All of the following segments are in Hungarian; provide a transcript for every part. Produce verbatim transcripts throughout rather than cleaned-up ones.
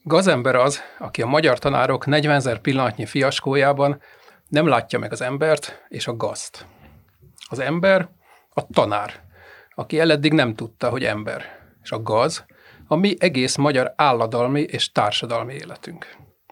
Gazember az, aki a magyar tanárok negyvenezer pillanatnyi fiaskójában nem látja meg az embert és a gazt. Az ember a tanár, aki eleddig nem tudta, hogy ember, és a gaz a mi egész magyar álladalmi és társadalmi életünk.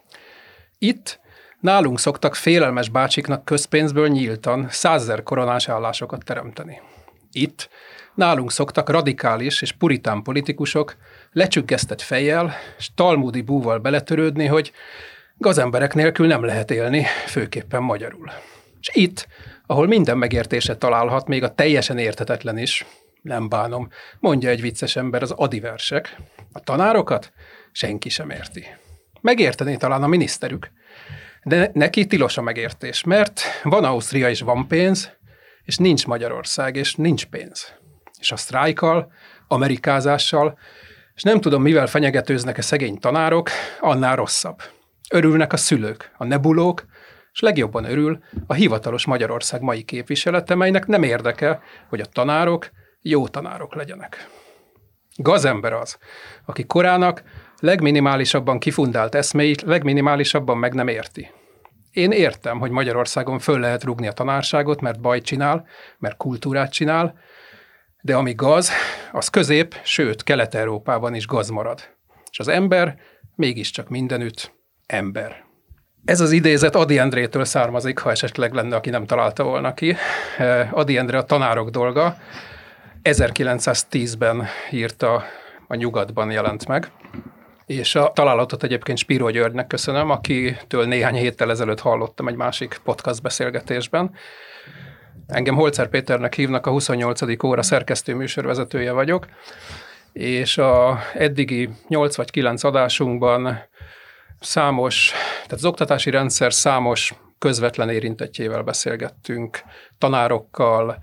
Itt nálunk szoktak félelmes bácsiknak közpénzből nyíltan százezer koronás állásokat teremteni. Itt nálunk szoktak radikális és puritán politikusok lecsüggesztett fejjel és talmudi búval beletörődni, hogy gazemberek nélkül nem lehet élni, főképpen magyarul. És itt, ahol minden megértése találhat, még a teljesen érthetetlen is, nem bánom, mondja egy vicces ember, az Adi versek, a tanárokat senki sem érti. Megérteni talán a miniszterük, de neki tilos a megértés, mert van Ausztria és van pénz, és nincs Magyarország, és nincs pénz. És a sztrájkkal, amerikázással, és nem tudom, mivel fenyegetőznek a szegény tanárok, annál rosszabb. Örülnek a szülők, a nebulók, és legjobban örül a hivatalos Magyarország mai képviselete, melynek nem érdeke, hogy a tanárok jó tanárok legyenek. Gazember az, aki korának legminimálisabban kifundált eszméit legminimálisabban meg nem érti. Én értem, hogy Magyarországon föl lehet rúgni a tanárságot, mert bajt csinál, mert kultúrát csinál, de ami gaz, az Közép, sőt Kelet-Európában is gaz marad. És az ember mégiscsak mindenütt ember. Ez az idézet Ady Endrétől származik, ha esetleg lenne, aki nem találta volna ki. Ady Endre a tanárok dolga. ezerkilencszáztízben írta, a Nyugatban jelent meg. És a találatot egyébként Spiró Györgynek köszönöm, akitől néhány héttel ezelőtt hallottam egy másik podcast beszélgetésben. Engem Holzer Péternek hívnak, a huszonnyolcadik óra szerkesztő műsorvezetője vagyok, és a eddigi nyolc vagy kilenc adásunkban számos, tehát az oktatási rendszer számos közvetlen érintettjével beszélgettünk, tanárokkal,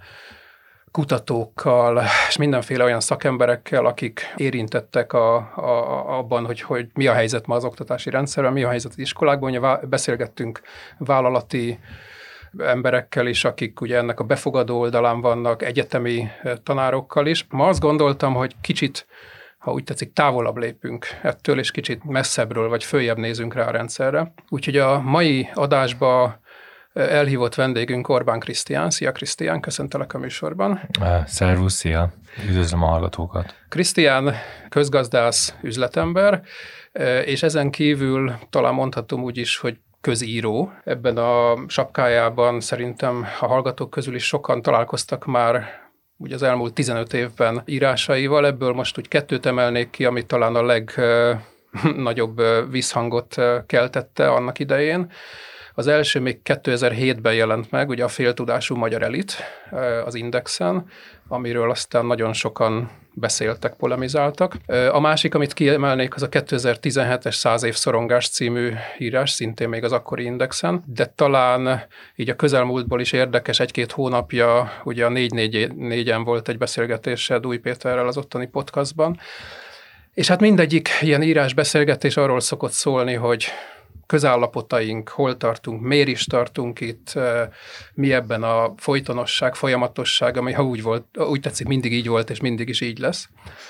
kutatókkal, és mindenféle olyan szakemberekkel, akik érintettek a, a, abban, hogy, hogy mi a helyzet ma az oktatási rendszerben, mi a helyzet az iskolákban. Ugye beszélgettünk vállalati emberekkel is, akik ugye ennek a befogadó oldalán vannak, egyetemi tanárokkal is. Ma azt gondoltam, hogy kicsit, ha úgy tetszik, távolabb lépünk ettől, és kicsit messzebbről, vagy följebb nézünk rá a rendszerre. Úgyhogy a mai adásba elhívott vendégünk Orbán Krisztián. Szia Krisztián, köszöntelek a műsorban. Szervusz, szia, üdvözlöm a hallgatókat. Krisztián közgazdász, üzletember, és ezen kívül talán mondhatom úgy is, hogy közíró. Ebben a sapkájában szerintem a hallgatók közül is sokan találkoztak már ugye az elmúlt tizenöt évben írásaival. Ebből most úgy kettőt emelnék ki, ami talán a legnagyobb visszhangot keltette annak idején. Az első még kétezer-hétben jelent meg, ugye a Féltudású magyar elit az Indexen, amiről aztán nagyon sokan beszéltek, polemizáltak. A másik, amit kiemelnék, az a kétezer-tizenhetes Száz év szorongás című írás, szintén még az akkori Indexen, de talán így a közelmúltból is érdekes, egy-két hónapja ugye a négy négy négyen volt egy beszélgetésed Új Péterrel az ottani podcastban, és hát mindegyik ilyen írás beszélgetés arról szokott szólni, hogy közállapotaink, hol tartunk, miért is tartunk itt, mi ebben a folytonosság, folyamatosság, ami ha úgy volt, úgy tetszik, mindig így volt, és mindig is így lesz,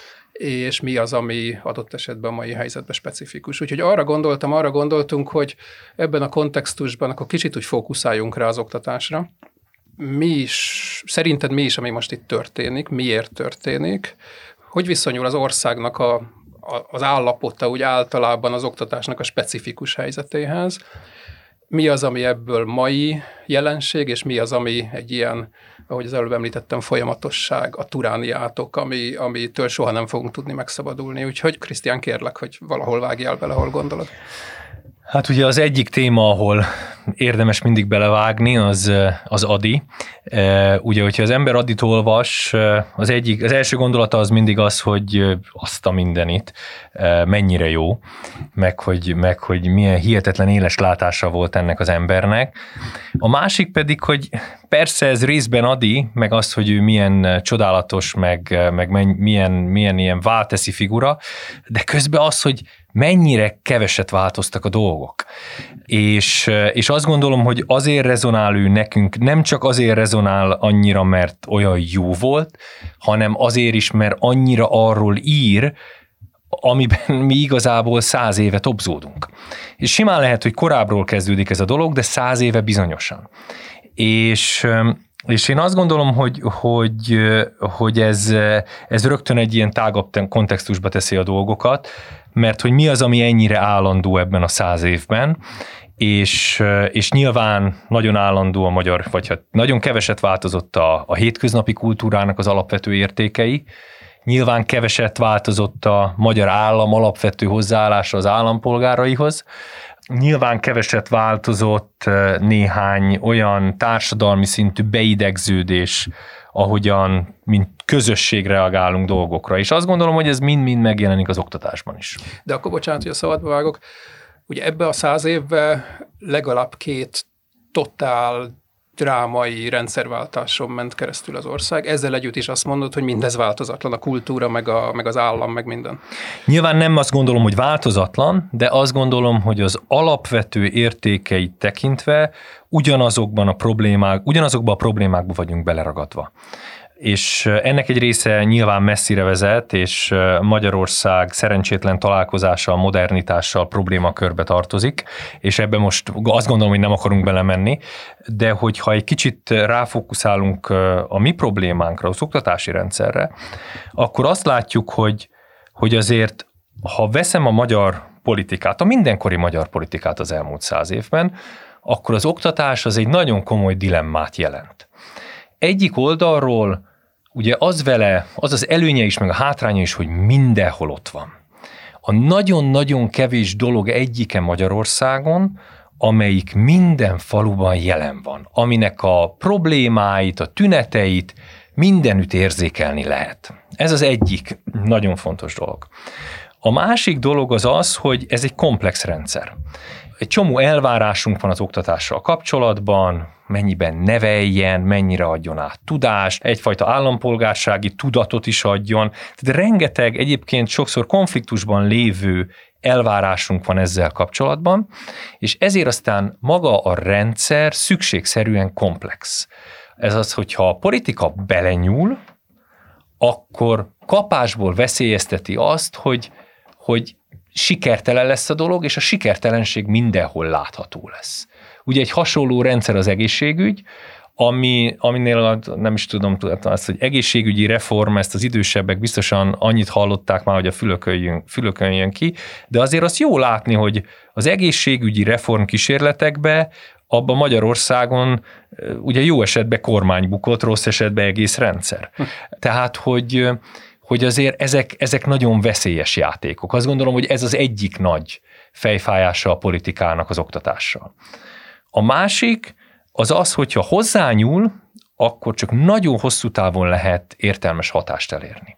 és mi az, ami adott esetben a mai helyzetben specifikus. Úgyhogy arra gondoltam, arra gondoltunk, hogy ebben a kontextusban akkor kicsit úgy fókuszáljunk rá az oktatásra. Mi is, szerinted mi is, ami most itt történik, miért történik, hogy viszonyul az országnak a az állapota úgy általában az oktatásnak a specifikus helyzetéhez. Mi az, ami ebből mai jelenség, és mi az, ami egy ilyen, ahogy az előbb említettem, folyamatosság, a turániátok, ami, amitől soha nem fogunk tudni megszabadulni. Úgyhogy Krisztián, kérlek, hogy valahol vágjál bele, ahol gondolod. Hát ugye az egyik téma, ahol érdemes mindig belevágni, az, az Ady. Ugye, hogyha az ember Adyt olvas, az, egyik, az első gondolata az mindig az, hogy azt a mindenit, mennyire jó, meg hogy, meg hogy milyen hihetetlen éles látása volt ennek az embernek. A másik pedig, hogy persze ez részben Ady, meg az, hogy ő milyen csodálatos, meg, meg milyen, milyen ilyen válteszi figura, de közben az, hogy mennyire keveset változtak a dolgok. És, és azt gondolom, hogy azért rezonál ő nekünk, nem csak azért rezonál annyira, mert olyan jó volt, hanem azért is, mert annyira arról ír, amiben mi igazából száz éve tobzódunk. És simán lehet, hogy korábbról kezdődik ez a dolog, de száz éve bizonyosan. És, és én azt gondolom, hogy, hogy, hogy ez, ez rögtön egy ilyen tágabb kontextusba teszi a dolgokat, mert hogy mi az, ami ennyire állandó ebben a száz évben, és, és nyilván nagyon állandó a magyar, vagy hát nagyon keveset változott a, a hétköznapi kultúrának az alapvető értékei, nyilván keveset változott a magyar állam alapvető hozzáállása az állampolgáraihoz, nyilván keveset változott néhány olyan társadalmi szintű beidegződés, ahogyan, mint közösség reagálunk dolgokra. És azt gondolom, hogy ez mind-mind megjelenik az oktatásban is. De akkor bocsánat, hogy a szabadba vágok. Ugye ebbe a száz évben legalább két totál drámai rendszerváltáson ment keresztül az ország. Ezzel együtt is azt mondod, hogy mindez változatlan, a kultúra, meg, a, meg az állam, meg minden. Nyilván nem azt gondolom, hogy változatlan, de azt gondolom, hogy az alapvető értékeit tekintve ugyanazokban a problémák, ugyanazokban a problémákban vagyunk beleragadva. És ennek egy része nyilván messzire vezet, és Magyarország szerencsétlen találkozása a modernitással problémakörbe tartozik, és ebben most azt gondolom, hogy nem akarunk belemenni, de hogyha egy kicsit ráfókuszálunk a mi problémánkra, az oktatási rendszerre, akkor azt látjuk, hogy, hogy azért, ha veszem a magyar politikát, a mindenkori magyar politikát az elmúlt száz évben, akkor az oktatás az egy nagyon komoly dilemmát jelent. Egyik oldalról ugye az vele, az az előnye is, meg a hátránya is, hogy mindenhol ott van. A nagyon-nagyon kevés dolog egyike Magyarországon, amelyik minden faluban jelen van, aminek a problémáit, a tüneteit mindenütt érzékelni lehet. Ez az egyik nagyon fontos dolog. A másik dolog az az, hogy ez egy komplex rendszer. Egy csomó elvárásunk van az oktatással kapcsolatban, mennyiben neveljen, mennyire adjon át tudást, egyfajta állampolgársági tudatot is adjon. Tehát rengeteg egyébként sokszor konfliktusban lévő elvárásunk van ezzel kapcsolatban, és ezért aztán maga a rendszer szükségszerűen komplex. Ez az, hogyha a politika belenyúl, akkor kapásból veszélyezteti azt, hogy, hogy sikertelen lesz a dolog, és a sikertelenség mindenhol látható lesz. Ugye egy hasonló rendszer az egészségügy, ami, aminél nem is tudom, azt, hogy egészségügyi reform, ezt az idősebbek biztosan annyit hallották már, hogy a fülökön jön, fülökön jön ki, de azért azt jó látni, hogy az egészségügyi reform kísérletekbe abban Magyarországon ugye jó esetben kormány bukott, rossz esetben egész rendszer. Tehát, hogy hogy azért ezek, ezek nagyon veszélyes játékok. Azt gondolom, hogy ez az egyik nagy fejfájása a politikának az oktatással. A másik az az, hogyha hozzányúl, akkor csak nagyon hosszú távon lehet értelmes hatást elérni.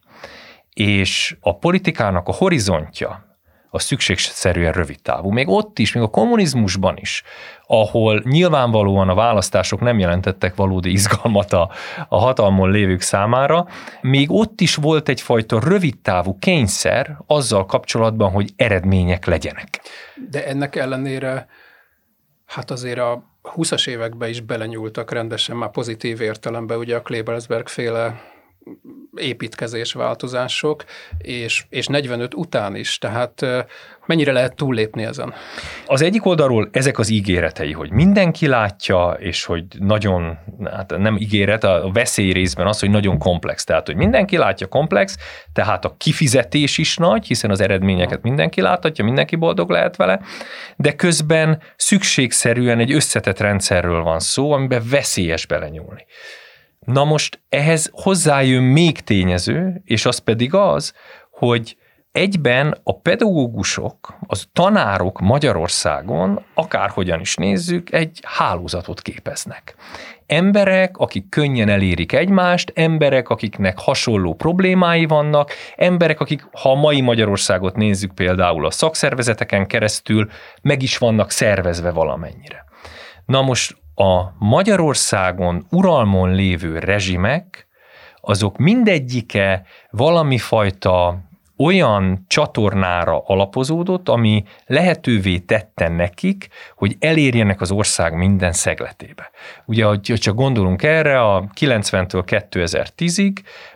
És a politikának a horizontja az szükségszerűen rövid távú. Még ott is, még a kommunizmusban is, ahol nyilvánvalóan a választások nem jelentettek valódi izgalmat a, a hatalmon lévők számára, még ott is volt egyfajta rövidtávú kényszer azzal kapcsolatban, hogy eredmények legyenek. De ennek ellenére hát azért a húszas években is belenyúltak rendesen, már pozitív értelemben, ugye a Klebersberg féle építkezés változások, és, és negyvenöt után is, tehát mennyire lehet túllépni ezen? Az egyik oldalról ezek az ígéretei, hogy mindenki látja, és hogy nagyon, hát nem ígéret, a veszély részben az, hogy nagyon komplex, tehát hogy mindenki látja komplex, tehát a kifizetés is nagy, hiszen az eredményeket mindenki láthatja, mindenki boldog lehet vele, de közben szükségszerűen egy összetett rendszerről van szó, amiben veszélyes belenyúlni. Na most ehhez hozzájön még tényező, és az pedig az, hogy egyben a pedagógusok, az tanárok Magyarországon, akárhogyan is nézzük, egy hálózatot képeznek. Emberek, akik könnyen elérik egymást, emberek, akiknek hasonló problémái vannak, emberek, akik, ha a mai Magyarországot nézzük például a szakszervezeteken keresztül, meg is vannak szervezve valamennyire. Na most a Magyarországon uralmon lévő rezsimek, azok mindegyike valami fajta olyan csatornára alapozódott, ami lehetővé tette nekik, hogy elérjenek az ország minden szegletébe. Ugye, ha csak gondolunk erre, a kilencventől kétezer-tízig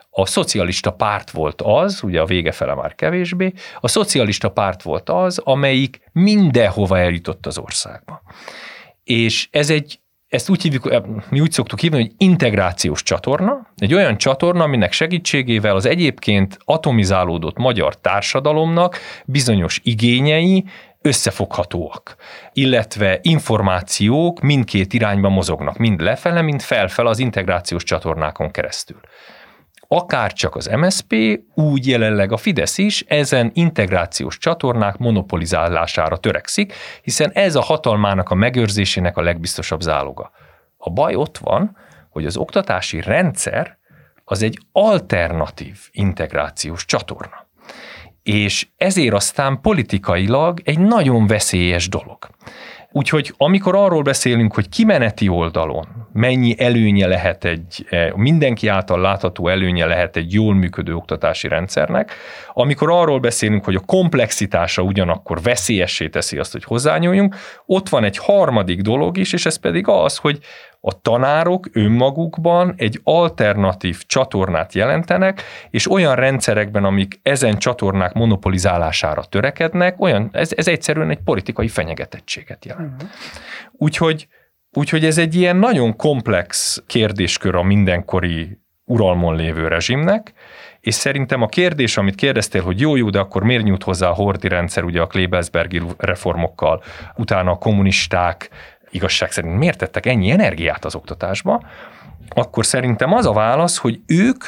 A szocialista párt volt az, ugye a vége fele már kevésbé, a szocialista párt volt az, amelyik mindenhova eljutott az országba. És ez egy, ezt úgy hívjuk, mi úgy szoktuk hívni, hogy integrációs csatorna, egy olyan csatorna, aminek segítségével az egyébként atomizálódott magyar társadalomnak bizonyos igényei összefoghatóak, illetve információk mindkét irányba mozognak, mind lefele, mind felfele az integrációs csatornákon keresztül. Akár csak az em es zé pé, úgy jelenleg a Fidesz is ezen integrációs csatornák monopolizálására törekszik, hiszen ez a hatalmának a megőrzésének a legbiztosabb záloga. A baj ott van, hogy az oktatási rendszer az egy alternatív integrációs csatorna. És ezért aztán politikailag egy nagyon veszélyes dolog. Úgyhogy amikor arról beszélünk, hogy kimeneti oldalon mennyi előnye lehet egy, mindenki által látható előnye lehet egy jól működő oktatási rendszernek, amikor arról beszélünk, hogy a komplexitása ugyanakkor veszélyessé teszi azt, hogy hozzányúljunk, ott van egy harmadik dolog is, és ez pedig az, hogy a tanárok önmagukban egy alternatív csatornát jelentenek, és olyan rendszerekben, amik ezen csatornák monopolizálására törekednek, olyan, ez, ez egyszerűen egy politikai fenyegetettséget jelent. Uh-huh. Úgyhogy, úgyhogy ez egy ilyen nagyon komplex kérdéskör a mindenkori uralmon lévő rezsimnek, és szerintem a kérdés, amit kérdeztél, hogy jó-jó, de akkor miért nyújt hozzá a Horthy rendszer, ugye a Klebersbergi reformokkal, utána a kommunisták, igazság szerint miért tettek ennyi energiát az oktatásba, akkor szerintem az a válasz, hogy ők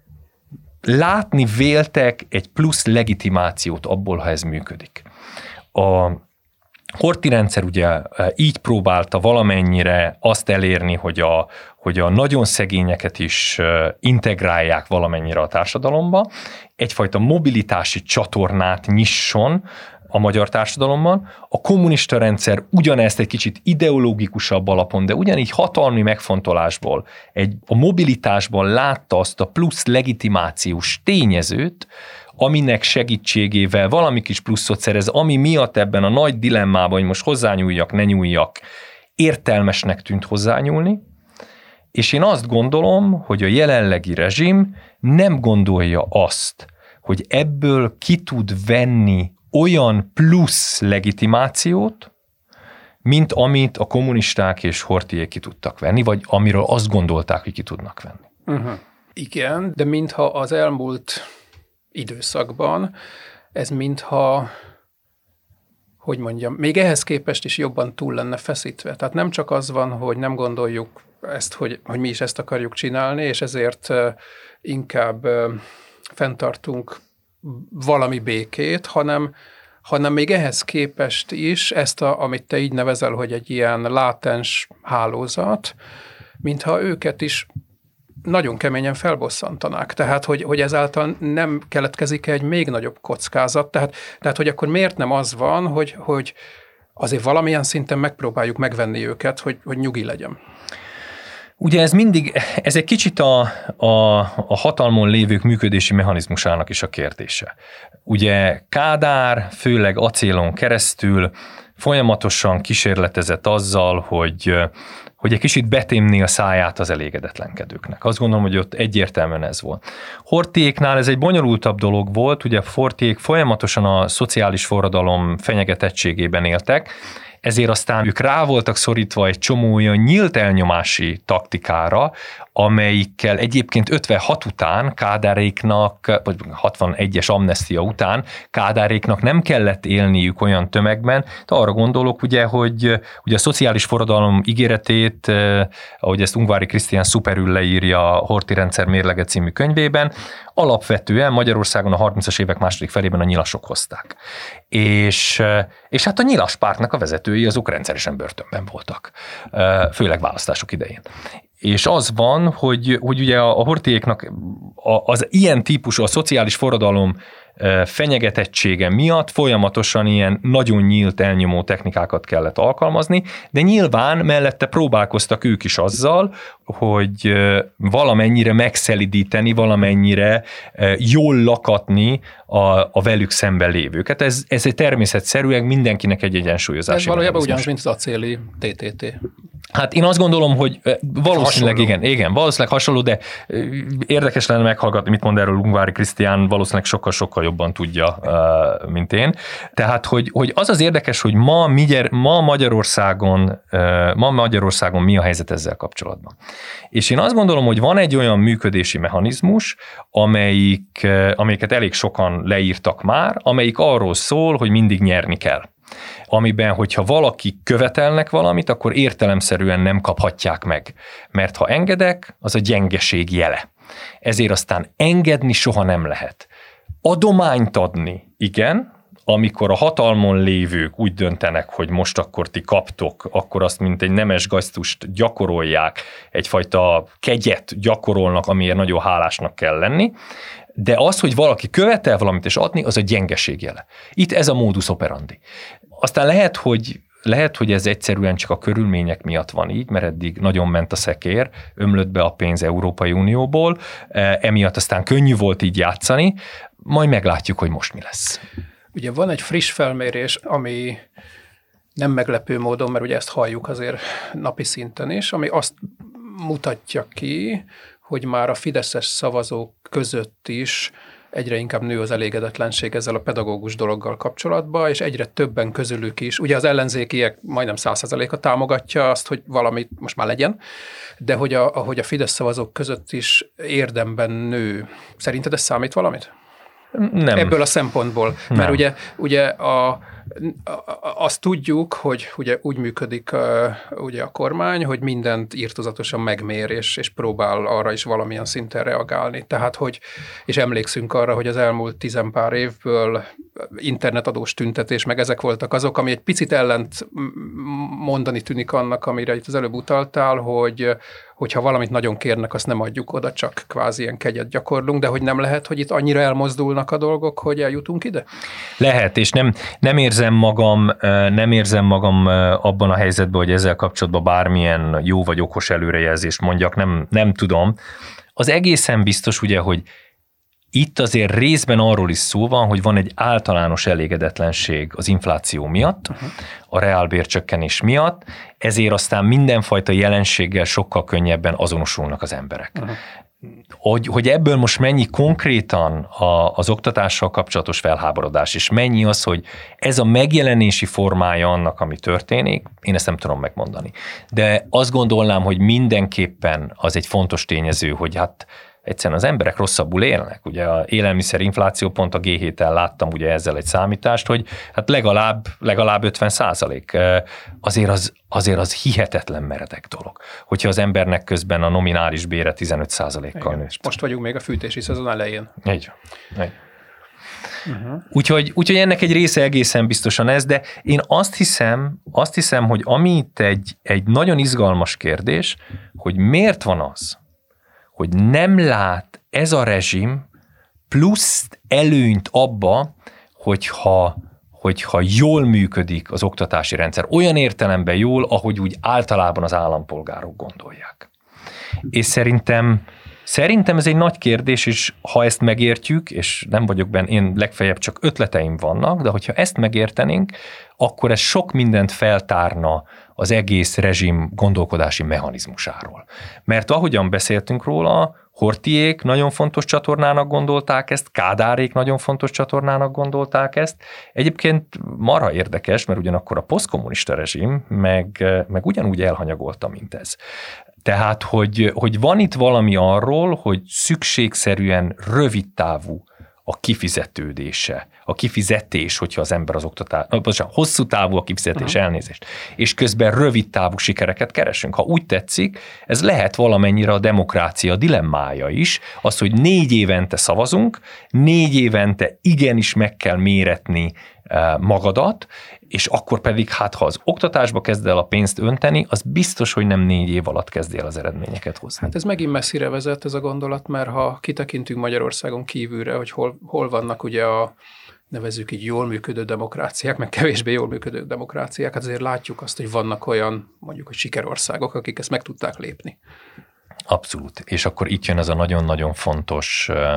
látni véltek egy plusz legitimációt abból, ha ez működik. A Horthy rendszer ugye így próbálta valamennyire azt elérni, hogy a, hogy a nagyon szegényeket is integrálják valamennyire a társadalomba, egyfajta mobilitási csatornát nyisson a magyar társadalomban. A kommunista rendszer ugyanezt egy kicsit ideológikusabb alapon, de ugyanígy hatalmi megfontolásból, egy, a mobilitásban látta azt a plusz legitimációs tényezőt, aminek segítségével valami kis pluszot szerez, ami miatt ebben a nagy dilemmában, hogy most hozzányúljak, ne nyúljak, értelmesnek tűnt hozzányúlni, és én azt gondolom, hogy a jelenlegi rezsim nem gondolja azt, hogy ebből ki tud venni olyan plusz legitimációt, mint amit a kommunisták és Horthyék ki tudtak venni, vagy amiről azt gondolták, hogy ki tudnak venni. Uh-huh. Igen, de mintha az elmúlt időszakban ez mintha, hogy mondjam, még ehhez képest is jobban túl lenne feszítve. Tehát nem csak az van, hogy nem gondoljuk ezt, hogy, hogy mi is ezt akarjuk csinálni, és ezért inkább fenntartunk valami békét, hanem, hanem még ehhez képest is ezt, a, amit te így nevezel, hogy egy ilyen látens hálózat, mintha őket is nagyon keményen felbosszantanák. Tehát, hogy, hogy ezáltal nem keletkezik egy még nagyobb kockázat. Tehát, tehát hogy akkor miért nem az van, hogy, hogy azért valamilyen szinten megpróbáljuk megvenni őket, hogy, hogy nyugi legyen. Ugye ez mindig, ez egy kicsit a, a, a hatalmon lévők működési mechanizmusának is a kérdése. Ugye Kádár, főleg acélon keresztül folyamatosan kísérletezett azzal, hogy, hogy egy kicsit betémni a száját az elégedetlenkedőknek. Azt gondolom, hogy ott egyértelműen ez volt. Horthyéknál ez egy bonyolultabb dolog volt, ugye Horthyék folyamatosan a szociális forradalom fenyegetettségében éltek, ezért aztán ők rá voltak szorítva egy csomó olyan nyílt elnyomási taktikára, amelyikkel egyébként ötvenhat után Kádáréknak, vagy hatvanegyes amnestia után Kádáréknak nem kellett élniük olyan tömegben, de arra gondolok ugye, hogy ugye a szociális forradalom ígéretét, ahogy ezt Ungvári Krisztián szuperül leírja a Horthy rendszer mérlege című könyvében, alapvetően Magyarországon a harmincas évek második felében a nyilasok hozták. És, és hát a nyilas pártnak a vezetői azok rendszeresen börtönben voltak, főleg választások idején. És az van, hogy, hogy ugye a Horthyéknak az ilyen típusú, a szociális forradalom fenyegetettsége miatt folyamatosan ilyen nagyon nyílt elnyomó technikákat kellett alkalmazni, de nyilván mellette próbálkoztak ők is azzal, hogy valamennyire megszelidíteni, valamennyire jól lakatni a, a velük szemben lévőket. Ez, ez egy természetszerűen mindenkinek egy egyensúlyozási. Ez valójában ugyanaz, mint az acéli té té té. Hát én azt gondolom, hogy valószínűleg hasonló. igen, igen, valószínűleg hasonló, de érdekes lenne meghallgatni, mit mond erről Ungvári Krisztián, valószínűleg sokkal-sokkal jobban tudja, mint én. Tehát, hogy, hogy az az érdekes, hogy ma, ma Magyarországon, ma Magyarországon mi a helyzet ezzel kapcsolatban. És én azt gondolom, hogy van egy olyan működési mechanizmus, amelyik, amelyiket elég sokan leírtak már, amelyik arról szól, hogy mindig nyerni kell. Amiben, hogyha valaki követelnek valamit, akkor értelemszerűen nem kaphatják meg. Mert ha engedek, az a gyengeség jele. Ezért aztán engedni soha nem lehet. Adományt adni, igen, amikor a hatalmon lévők úgy döntenek, hogy most akkor ti kaptok, akkor azt, mint egy nemes gesztust gyakorolják, egyfajta kegyet gyakorolnak, amiért nagyon hálásnak kell lenni, de az, hogy valaki követel valamit és adni, az a gyengeség jele. Itt ez a modus operandi. Aztán lehet, hogy Lehet, hogy ez egyszerűen csak a körülmények miatt van így, mert eddig nagyon ment a szekér, ömlött be a pénz Európai Unióból, emiatt aztán könnyű volt így játszani, majd meglátjuk, hogy most mi lesz. Ugye van egy friss felmérés, ami nem meglepő módon, mert ugye ezt halljuk azért napi szinten is, ami azt mutatja ki, hogy már a fideszes szavazók között is egyre inkább nő az elégedetlenség ezzel a pedagógus dologgal kapcsolatban, és egyre többen közülük is. Ugye az ellenzékiek majdnem száz százaléka támogatja azt, hogy valamit most már legyen, de hogy a, ahogy a Fidesz szavazók között is érdemben nő. Szerinted ez számít valamit? Nem. Ebből a szempontból. Nem. Mert ugye, ugye a, a, azt tudjuk, hogy ugye úgy működik a, ugye a kormány, hogy mindent irtózatosan megmér, és, és próbál arra is valamilyen szinten reagálni. Tehát, hogy, és emlékszünk arra, hogy az elmúlt tizenpár évből internetadós tüntetés, meg ezek voltak azok, ami egy picit ellent mondani tűnik annak, amire itt az előbb utaltál, hogy hogyha valamit nagyon kérnek, azt nem adjuk oda, csak kvázi ilyen kegyet gyakorlunk, de hogy nem lehet, hogy itt annyira elmozdulnak a dolgok, hogy eljutunk ide? Lehet, és nem, nem érzem magam, nem érzem magam abban a helyzetben, hogy ezzel kapcsolatban bármilyen jó vagy okos előrejelzést mondjak, nem, nem tudom. Az egészen biztos ugye, hogy itt azért részben arról is szó van, hogy van egy általános elégedetlenség az infláció miatt, uh-huh. a reálbércsökkenés miatt, ezért aztán mindenfajta jelenséggel sokkal könnyebben azonosulnak az emberek. Uh-huh. Hogy, hogy ebből most mennyi konkrétan a, az oktatással kapcsolatos felháborodás, és mennyi az, hogy ez a megjelenési formája annak, ami történik, én ezt nem tudom megmondani. De azt gondolnám, hogy mindenképpen az egy fontos tényező, hogy hát egyszerűen az emberek rosszabbul élnek. Ugye a élelmiszerinfláció, pont a gé héten láttam ugye ezzel egy számítást, hogy hát legalább, legalább ötven százalék. Azért az, azért az hihetetlen meredek dolog, hogyha az embernek közben a nominális bére tizenöt százalékkal nő. Most vagyunk még a fűtési szezon elején. Így van. Uh-huh. Úgyhogy, úgyhogy ennek egy része egészen biztosan ez, de én azt hiszem, azt hiszem, hogy ami itt egy, egy nagyon izgalmas kérdés, hogy miért van az, hogy nem lát ez a rezsim plusz előnyt abba, hogyha, hogyha jól működik az oktatási rendszer. Olyan értelemben jól, ahogy úgy általában az állampolgárok gondolják. És szerintem, szerintem ez egy nagy kérdés, és ha ezt megértjük, és nem vagyok benne, én legfeljebb csak ötleteim vannak, de hogyha ezt megértenénk, akkor ez sok mindent feltárna az egész rezsim gondolkodási mechanizmusáról. Mert ahogyan beszéltünk róla, Horthyék nagyon fontos csatornának gondolták ezt, Kádárék nagyon fontos csatornának gondolták ezt. Egyébként marha érdekes, mert ugyanakkor a posztkommunista rezsim meg, meg ugyanúgy elhanyagolta, mint ez. Tehát, hogy, hogy van itt valami arról, hogy szükségszerűen rövidtávú a kifizetődése, a kifizetés, hogyha az ember az oktatás, bocsánat, hosszú távú a kifizetés, uh-huh. elnézést, és közben rövid távú sikereket keresünk. Ha úgy tetszik, ez lehet valamennyire a demokrácia dilemmája is, az, hogy négy évente szavazunk, négy évente igenis meg kell méretni magadat, és akkor pedig, hát ha az oktatásba kezd el a pénzt önteni, az biztos, hogy nem négy év alatt kezd el az eredményeket hozni. Hát ez megint messzire vezet ez a gondolat, mert ha kitekintünk Magyarországon kívülre, hogy hol, hol vannak ugye a nevezzük így jól működő demokráciák, meg kevésbé jól működő demokráciák, hát azért látjuk azt, hogy vannak olyan, mondjuk, hogy sikerországok, akik ezt meg tudták lépni. Abszolút. És akkor itt jön ez a nagyon-nagyon fontos uh,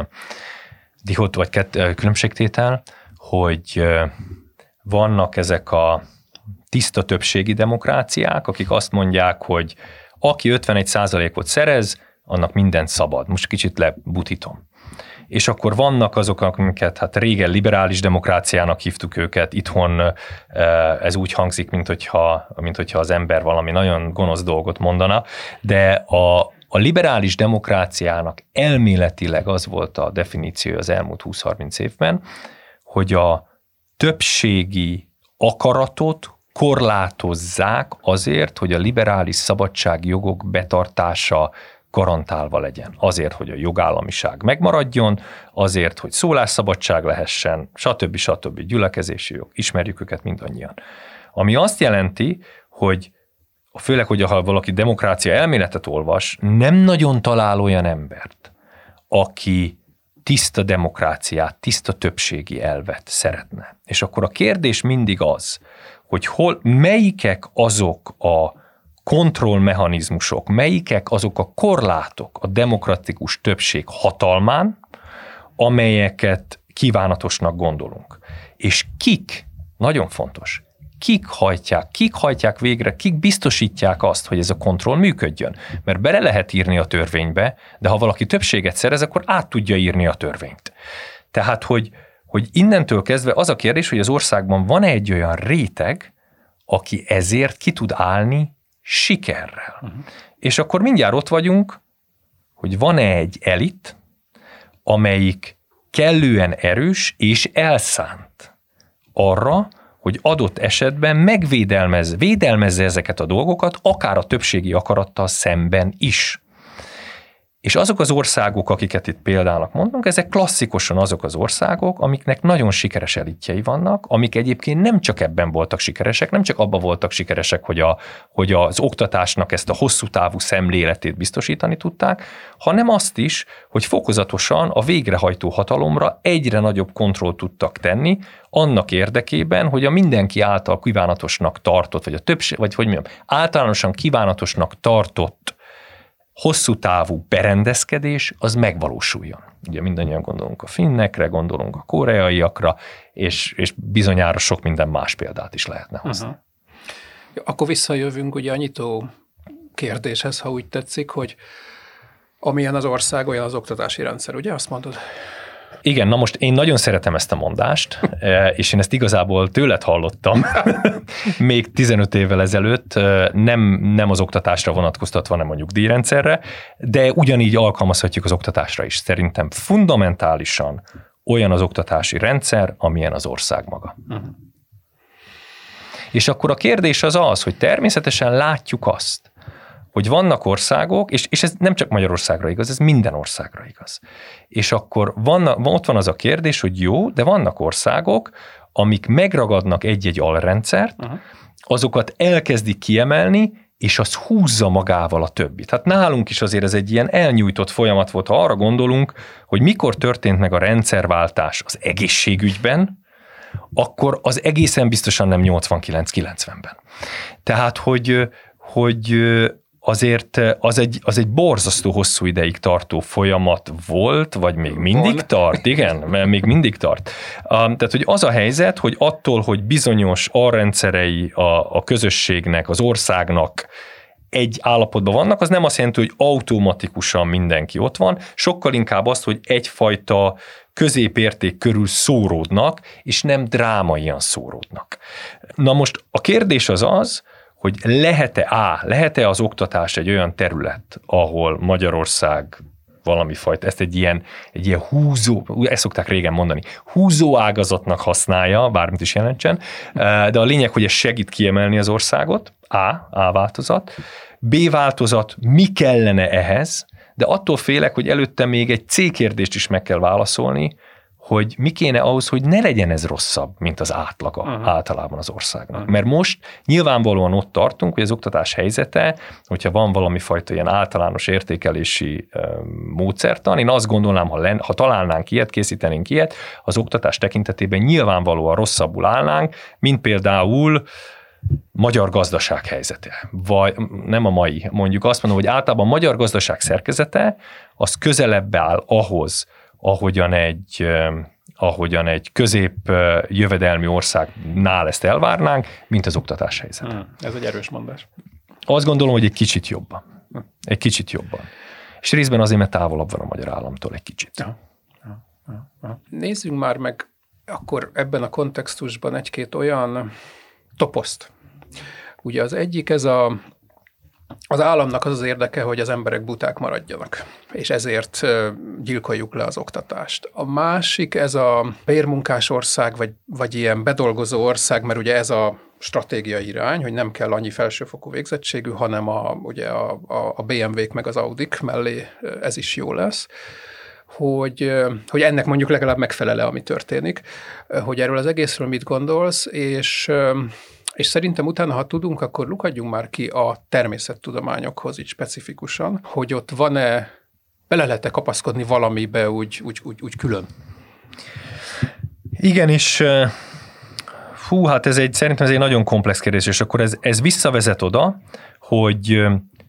dihot vagy kett, uh, különbségtétel, hogy uh, vannak ezek a tiszta többségi demokráciák, akik azt mondják, hogy aki ötvenegy százalékot szerez, annak mindent szabad. Most kicsit lebutítom. És akkor vannak azok, amiket hát régen liberális demokráciának hívtuk őket, itthon ez úgy hangzik, mint hogyha, mint hogyha az ember valami nagyon gonosz dolgot mondana, de a, a liberális demokráciának elméletileg az volt a definíciója az elmúlt húsz-harminc évben, hogy a többségi akaratot korlátozzák azért, hogy a liberális szabadságjogok betartása garantálva legyen. Azért, hogy a jogállamiság megmaradjon, azért, hogy szólásszabadság lehessen, stb. stb. Gyülekezési jog, ismerjük őket mindannyian. Ami azt jelenti, hogy főleg, hogy ha valaki demokrácia elméletet olvas, nem nagyon talál olyan embert, aki tiszta demokráciát, tiszta többségi elvet szeretne. És akkor a kérdés mindig az, hogy hol, melyikek azok a kontrollmechanizmusok, melyikek azok a korlátok a demokratikus többség hatalmán, amelyeket kívánatosnak gondolunk. És kik, nagyon fontos, kik hajtják, kik hajtják végre, kik biztosítják azt, hogy ez a kontroll működjön. Mert bele lehet írni a törvénybe, de ha valaki többséget szerez, akkor át tudja írni a törvényt. Tehát, hogy, hogy innentől kezdve az a kérdés, hogy az országban van-e egy olyan réteg, aki ezért ki tud állni sikerrel. Uh-huh. És akkor mindjárt ott vagyunk, hogy van-e egy elit, amelyik kellően erős és elszánt arra, hogy adott esetben megvédelmez, védelmezze ezeket a dolgokat, akár a többségi akarattal szemben is. És azok az országok, akiket itt példának mondunk, ezek klasszikusan azok az országok, amiknek nagyon sikeres elitjei vannak, amik egyébként nem csak ebben voltak sikeresek, nem csak abban voltak sikeresek, hogy, a, hogy az oktatásnak ezt a hosszú távú szemléletét biztosítani tudták, hanem azt is, hogy fokozatosan a végrehajtó hatalomra egyre nagyobb kontrollt tudtak tenni, annak érdekében, hogy a mindenki által kívánatosnak tartott, vagy a többség, vagy hogy mondjam, általánosan kívánatosnak tartott hosszú távú berendezkedés az megvalósuljon. Ugye mindannyian gondolunk a finnekre, gondolunk a koreaiakra, és, és bizonyára sok minden más példát is lehetne hozni. Uh-huh. Akkor visszajövünk ugye a nyitó kérdéshez, ha úgy tetszik, hogy amilyen az ország, olyan az oktatási rendszer, ugye azt mondod? Igen, na most én nagyon szeretem ezt a mondást, és én ezt igazából tőled hallottam még tizenöt évvel ezelőtt, nem, nem az oktatásra vonatkoztatva, hanem a nyugdíjrendszerre, de ugyanígy alkalmazhatjuk az oktatásra is. Szerintem fundamentálisan olyan az oktatási rendszer, amilyen az ország maga. Uh-huh. És akkor a kérdés az az, hogy természetesen látjuk azt, hogy vannak országok, és, és ez nem csak Magyarországra igaz, ez minden országra igaz. És akkor van, ott van az a kérdés, hogy jó, de vannak országok, amik megragadnak egy-egy alrendszert, uh-huh. azokat elkezdik kiemelni, és az húzza magával a többit. Hát nálunk is azért ez egy ilyen elnyújtott folyamat volt, ha arra gondolunk, hogy mikor történt meg a rendszerváltás az egészségügyben, akkor az egészen biztosan nem nyolcvankilenc-kilencvenben. Tehát, hogy, hogy azért az egy, az egy borzasztó hosszú ideig tartó folyamat volt, vagy még mindig Van. tart, igen, mert még mindig tart. Tehát, hogy az a helyzet, hogy attól, hogy bizonyos alrendszerei a, a közösségnek, az országnak egy állapotban vannak, az nem azt jelenti, hogy automatikusan mindenki ott van, sokkal inkább azt, hogy egyfajta középérték körül szóródnak, és nem drámaian szóródnak. Na most a kérdés az az, hogy lehet-e á, lehet-e az oktatás egy olyan terület, ahol Magyarország valami fajta, ezt egy ilyen, egy ilyen húzó, ezt szokták régen mondani, húzó ágazatnak használja, bármit is jelentsen, de a lényeg, hogy ez segít kiemelni az országot, A, A változat, B változat, mi kellene ehhez, de attól félek, hogy előtte még egy C kérdést is meg kell válaszolni, hogy mi kéne ahhoz, hogy ne legyen ez rosszabb, mint az átlaga uh-huh. általában az országnak. Uh-huh. Mert most nyilvánvalóan ott tartunk, hogy az oktatás helyzete, hogyha van valami fajta ilyen általános értékelési uh, módszertan, én azt gondolnám, ha, len, ha találnánk ilyet, készítenénk ilyet, az oktatás tekintetében nyilvánvalóan rosszabbul állnánk, mint például magyar gazdaság helyzete, vagy nem a mai, mondjuk azt mondom, hogy általában a magyar gazdaság szerkezete, az közelebb áll ahhoz, ahogyan egy ahogyan egy közép jövedelmi országnál ezt elvárnánk, mint az oktatás helyzet. Hmm, ez egy erős mondás. Azt gondolom, hogy egy kicsit jobban. Egy kicsit jobban. És részben azért, mert távolabb van a magyar államtól egy kicsit. Ja. Ja. Ja. Ja. Nézzünk már meg akkor ebben a kontextusban egy-két olyan toposzt. Ugye az egyik ez a Az államnak az az érdeke, hogy az emberek buták maradjanak, és ezért gyilkoljuk le az oktatást. A másik, ez a bérmunkás ország, vagy, vagy ilyen bedolgozó ország, mert ugye ez a stratégiai irány, hogy nem kell annyi felsőfokú végzettségű, hanem a, ugye a, a bé em vé-k meg az Audik mellé ez is jó lesz, hogy, hogy ennek mondjuk legalább megfelele, ami történik, hogy erről az egészről mit gondolsz, és... És szerintem utána, ha tudunk, akkor lukadjunk már ki a természettudományokhoz így specifikusan, hogy ott van-e, bele lehet-e kapaszkodni valamibe úgy, úgy, úgy, úgy külön? Igen, és hú, hát ez egy, szerintem ez egy nagyon komplex kérdés, és akkor ez, ez visszavezet oda, hogy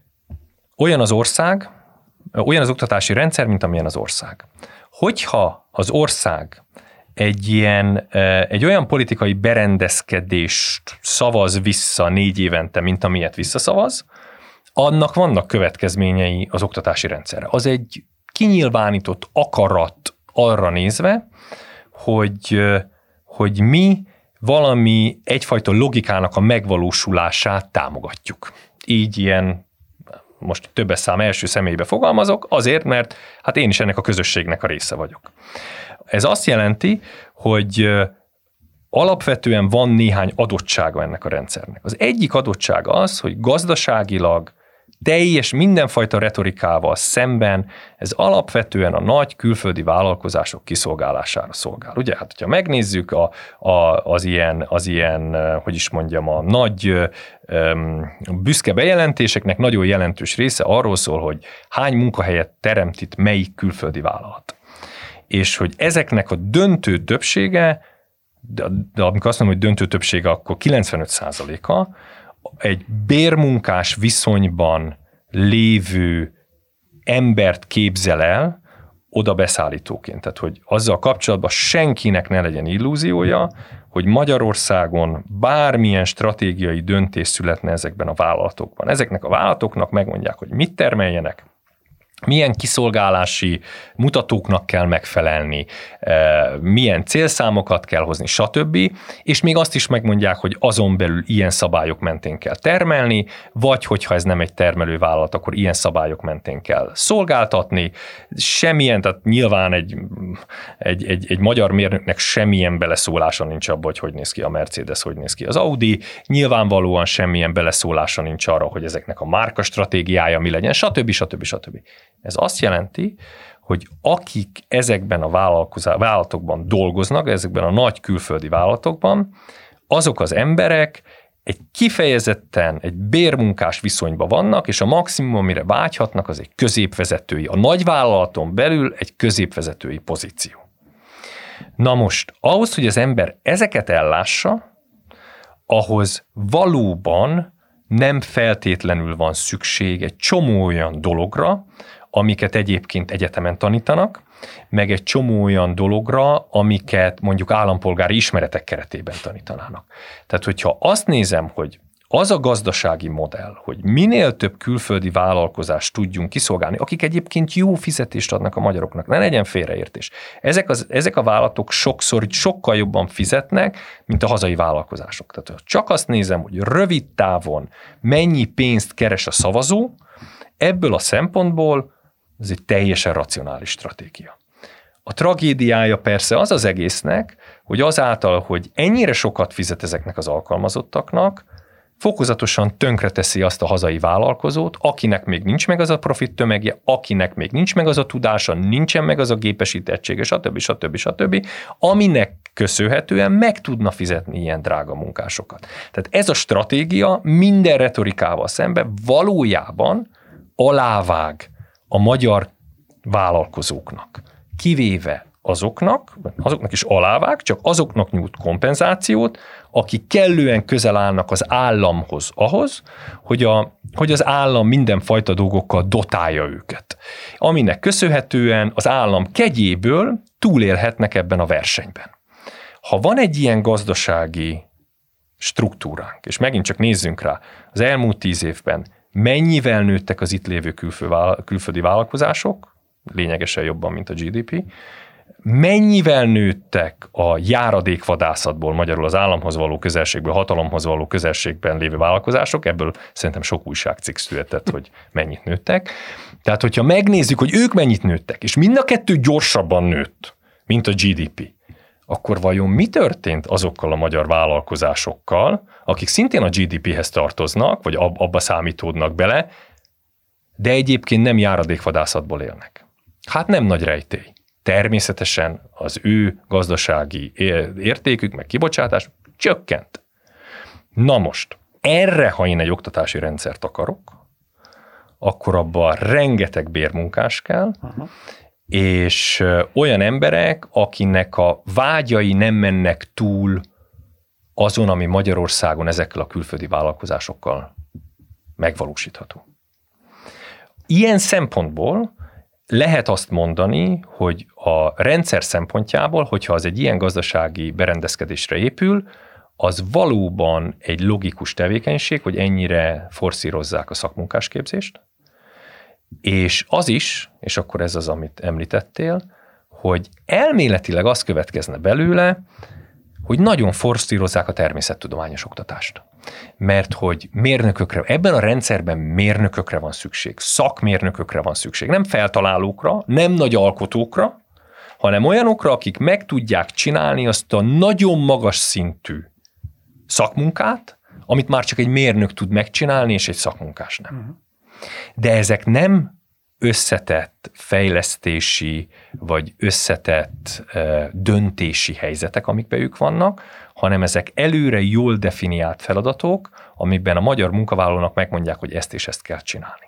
olyan az ország, olyan az oktatási rendszer, mint amilyen az ország. Hogyha az ország egy ilyen, egy olyan politikai berendezkedést szavaz vissza négy évente, mint amilyet visszaszavaz, annak vannak következményei az oktatási rendszerre. Az egy kinyilvánított akarat arra nézve, hogy, hogy mi valami egyfajta logikának a megvalósulását támogatjuk. Így ilyen, most többes szám első személybe fogalmazok, azért, mert hát én is ennek a közösségnek a része vagyok. Ez azt jelenti, hogy alapvetően van néhány adottsága ennek a rendszernek. Az egyik adottság az, hogy gazdaságilag teljes mindenfajta retorikával szemben ez alapvetően a nagy külföldi vállalkozások kiszolgálására szolgál. Ugye, hát hogyha megnézzük a, a, az, ilyen, az ilyen, hogy is mondjam, a nagy um, büszke bejelentéseknek nagyon jelentős része arról szól, hogy hány munkahelyet teremt itt melyik külföldi vállalat. És hogy ezeknek a döntő többsége, de, de amikor azt mondom, hogy döntő többsége, akkor kilencvenöt százaléka egy bérmunkás viszonyban lévő embert képzel el oda beszállítóként. Tehát, hogy azzal kapcsolatban senkinek ne legyen illúziója, hogy Magyarországon bármilyen stratégiai döntés születne ezekben a vállalatokban. Ezeknek a vállalatoknak megmondják, hogy mit termeljenek, milyen kiszolgálási mutatóknak kell megfelelni, milyen célszámokat kell hozni, stb. És még azt is megmondják, hogy azon belül ilyen szabályok mentén kell termelni, vagy hogyha ez nem egy termelő vállalat, akkor ilyen szabályok mentén kell szolgáltatni. Semmilyen, tehát nyilván egy, egy, egy, egy magyar mérnöknek semmilyen beleszólása nincs abba, hogy hogy néz ki a Mercedes, hogy néz ki az Audi. Nyilvánvalóan semmilyen beleszólása nincs arra, hogy ezeknek a márka stratégiája mi legyen, stb. stb. stb. Ez azt jelenti, hogy akik ezekben a vállalatokban dolgoznak, ezekben a nagy külföldi vállalatokban, azok az emberek egy kifejezetten egy bérmunkás viszonyban vannak, és a maximum, amire vágyhatnak, az egy középvezetői. A nagyvállalaton belül egy középvezetői pozíció. Na most, ahhoz, hogy az ember ezeket ellássa, ahhoz valóban nem feltétlenül van szükség egy csomó olyan dologra, amiket egyébként egyetemen tanítanak, meg egy csomó olyan dologra, amiket mondjuk állampolgári ismeretek keretében tanítanának. Tehát, hogyha azt nézem, hogy az a gazdasági modell, hogy minél több külföldi vállalkozást tudjunk kiszolgálni, akik egyébként jó fizetést adnak a magyaroknak, ne legyen félreértés. Ezek, az, ezek a vállalatok sokszor sokkal jobban fizetnek, mint a hazai vállalkozások. Tehát csak azt nézem, hogy rövid távon mennyi pénzt keres a szavazó, ebből a szempontból ez egy teljesen racionális stratégia. A tragédiája persze az az egésznek, hogy azáltal, hogy ennyire sokat fizet ezeknek az alkalmazottaknak, fokozatosan tönkreteszi azt a hazai vállalkozót, akinek még nincs meg az a profit tömegje, akinek még nincs meg az a tudása, nincsen meg az a gépesítettsége, stb. stb. stb., aminek köszönhetően meg tudna fizetni ilyen drága munkásokat. Tehát ez a stratégia minden retorikával szemben valójában alávág a magyar vállalkozóknak, kivéve azoknak, azoknak is alávág, csak azoknak nyújt kompenzációt, akik kellően közel állnak az államhoz ahhoz, hogy, a, hogy az állam mindenfajta dolgokkal dotálja őket. Aminek köszönhetően az állam kegyéből túlélhetnek ebben a versenyben. Ha van egy ilyen gazdasági struktúránk, és megint csak nézzünk rá, az elmúlt tíz évben mennyivel nőttek az itt lévő külföldi vállalkozások, lényegesen jobban, mint a gé dé pé, mennyivel nőttek a járadékvadászatból, magyarul az államhoz való közelségből, hatalomhoz való közelségben lévő vállalkozások, ebből szerintem sok újságcikk született, hogy mennyit nőttek. Tehát, hogyha megnézzük, hogy ők mennyit nőttek, és mind a kettő gyorsabban nőtt, mint a gé dé pé, akkor vajon mi történt azokkal a magyar vállalkozásokkal, akik szintén a gé dé péhez tartoznak, vagy abba számítódnak bele, de egyébként nem járadékvadászatból élnek? Hát nem nagy rejtély. Természetesen az ő gazdasági értékük, meg kibocsátás csökkent. Na most, erre, ha én egy oktatási rendszert akarok, akkor abban rengeteg bérmunkás kell, aha, és olyan emberek, akinek a vágyai nem mennek túl azon, ami Magyarországon ezekkel a külföldi vállalkozásokkal megvalósítható. Ilyen szempontból lehet azt mondani, hogy a rendszer szempontjából, hogyha az egy ilyen gazdasági berendezkedésre épül, az valóban egy logikus tevékenység, hogy ennyire forszírozzák a szakmunkásképzést, és az is, és akkor ez az, amit említettél, hogy elméletileg az következne belőle, hogy nagyon forszírozzák a természettudományos oktatást. Mert hogy mérnökökre, ebben a rendszerben mérnökökre van szükség, szakmérnökökre van szükség, nem feltalálókra, nem nagy alkotókra, hanem olyanokra, akik meg tudják csinálni azt a nagyon magas szintű szakmunkát, amit már csak egy mérnök tud megcsinálni, és egy szakmunkás nem. Uh-huh. De ezek nem összetett fejlesztési, vagy összetett uh, döntési helyzetek, amikben ők vannak, hanem ezek előre jól definiált feladatok, amikben a magyar munkavállalónak megmondják, hogy ezt és ezt kell csinálni.